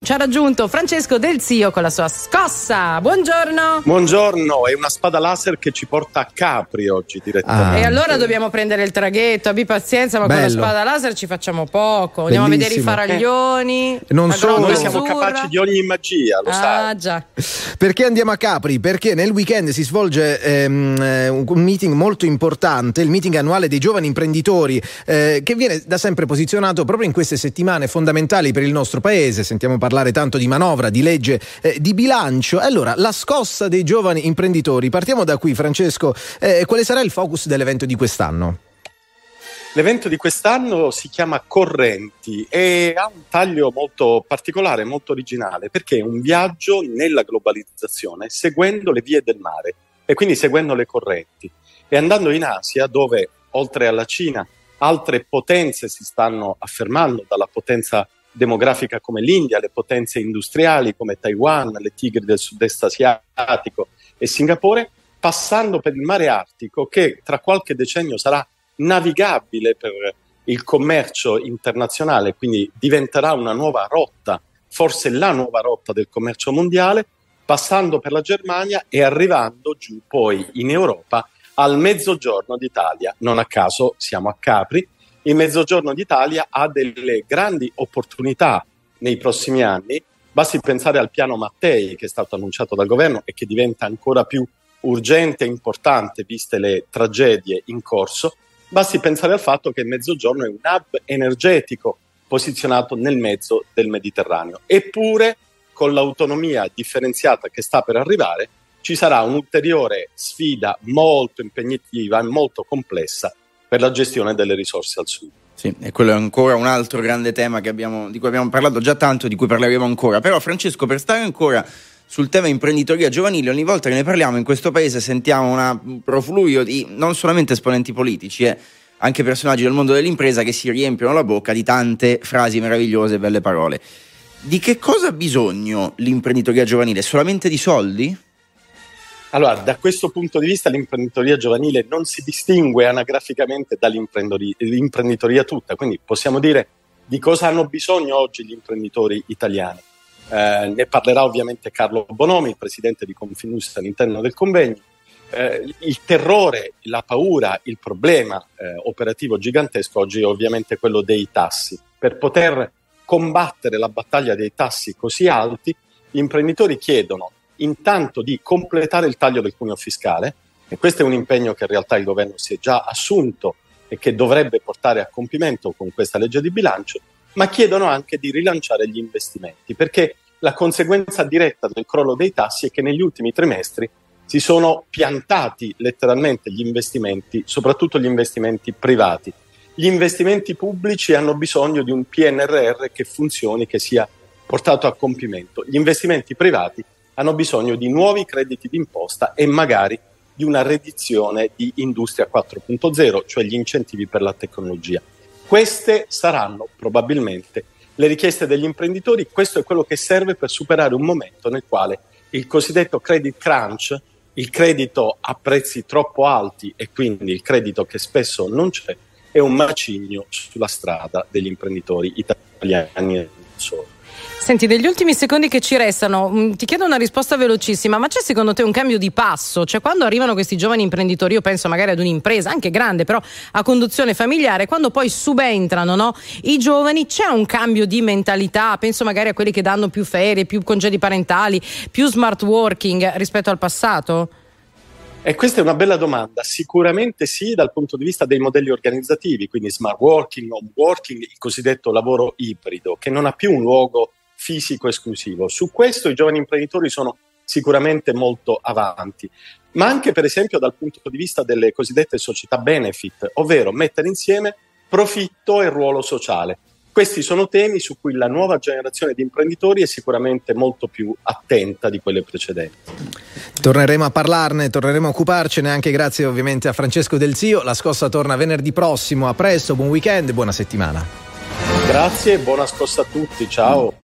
Ci ha raggiunto Francesco Del Zio con la sua scossa. Buongiorno. Buongiorno, è una spada laser che ci porta a Capri oggi direttamente. E allora dobbiamo prendere il traghetto, abbi pazienza, ma Bello. con la spada laser ci facciamo poco. Andiamo a vedere i faraglioni. Non solo. Noi siamo capaci di ogni magia, lo sai. Ah già. Perché andiamo a Capri? Perché nel weekend si svolge un meeting molto importante, il meeting annuale dei giovani imprenditori, che viene da sempre posizionato proprio in queste settimane fondamentali per il nostro paese. Sentiamo parlare tanto di manovra, di legge, di bilancio. Allora, la scossa dei giovani imprenditori. Partiamo da qui, Francesco. Quale sarà il focus dell'evento di quest'anno? L'evento di quest'anno si chiama Correnti e ha un taglio molto particolare, molto originale, perché è un viaggio nella globalizzazione seguendo le vie del mare e quindi seguendo le correnti e andando in Asia, dove oltre alla Cina altre potenze si stanno affermando, dalla potenza demografica come l'India, le potenze industriali come Taiwan, le tigri del sud-est asiatico e Singapore, passando per il mare Artico, che tra qualche decennio sarà navigabile per il commercio internazionale, quindi diventerà una nuova rotta, forse la nuova rotta del commercio mondiale, passando per la Germania e arrivando giù poi in Europa al Mezzogiorno d'Italia. Non a caso siamo a Capri. Il Mezzogiorno d'Italia ha delle grandi opportunità nei prossimi anni. Basti pensare al piano Mattei, che è stato annunciato dal governo e che diventa ancora più urgente e importante viste le tragedie in corso. Basti pensare al fatto che il Mezzogiorno è un hub energetico posizionato nel mezzo del Mediterraneo. Eppure, con l'autonomia differenziata che sta per arrivare, ci sarà un'ulteriore sfida molto impegnativa e molto complessa per la gestione delle risorse al sud. Sì, e quello è ancora un altro grande tema di cui abbiamo parlato già tanto, di cui parleremo ancora. Però, Francesco, per stare ancora sul tema imprenditoria giovanile, ogni volta che ne parliamo in questo paese sentiamo un profluvio di non solamente esponenti politici, anche personaggi del mondo dell'impresa che si riempiono la bocca di tante frasi meravigliose e belle parole. Di che cosa ha bisogno l'imprenditoria giovanile? Solamente di soldi? Allora, da questo punto di vista l'imprenditoria giovanile non si distingue anagraficamente dall'imprenditoria tutta, quindi possiamo dire di cosa hanno bisogno oggi gli imprenditori italiani. Ne parlerà ovviamente Carlo Bonomi, il presidente di Confindustria all'interno del convegno. Il terrore, la paura, il problema operativo gigantesco oggi è ovviamente quello dei tassi. Per poter combattere la battaglia dei tassi così alti, gli imprenditori chiedono intanto di completare il taglio del cuneo fiscale, e questo è un impegno che in realtà il governo si è già assunto e che dovrebbe portare a compimento con questa legge di bilancio, ma chiedono anche di rilanciare gli investimenti, perché la conseguenza diretta del crollo dei tassi è che negli ultimi trimestri si sono piantati letteralmente gli investimenti, soprattutto gli investimenti privati. Gli investimenti pubblici hanno bisogno di un PNRR che funzioni, che sia portato a compimento. Gli investimenti privati hanno bisogno di nuovi crediti d'imposta e magari di una redizione di Industria 4.0, cioè gli incentivi per la tecnologia. Queste saranno probabilmente le richieste degli imprenditori. Questo è quello che serve per superare un momento nel quale il cosiddetto credit crunch, il credito a prezzi troppo alti e quindi il credito che spesso non c'è, è un macigno sulla strada degli imprenditori italiani e non solo. Senti, degli ultimi secondi che ci restano, ti chiedo una risposta velocissima, ma c'è secondo te un cambio di passo? Cioè, quando arrivano questi giovani imprenditori, io penso magari ad un'impresa, anche grande, però a conduzione familiare, quando poi subentrano, no, i giovani, c'è un cambio di mentalità? Penso magari a quelli che danno più ferie, più congedi parentali, più smart working rispetto al passato? E questa è una bella domanda. Sicuramente sì, dal punto di vista dei modelli organizzativi, quindi smart working, home working, il cosiddetto lavoro ibrido, che non ha più un luogo fisico esclusivo. Su questo i giovani imprenditori sono sicuramente molto avanti, ma anche per esempio dal punto di vista delle cosiddette società benefit, ovvero mettere insieme profitto e ruolo sociale. Questi sono temi su cui la nuova generazione di imprenditori è sicuramente molto più attenta di quelle precedenti. Torneremo a parlarne, torneremo a occuparcene, anche grazie ovviamente a Francesco Del Zio. La scossa torna venerdì prossimo. A presto, buon weekend e buona settimana. Grazie e buona scossa a tutti, ciao.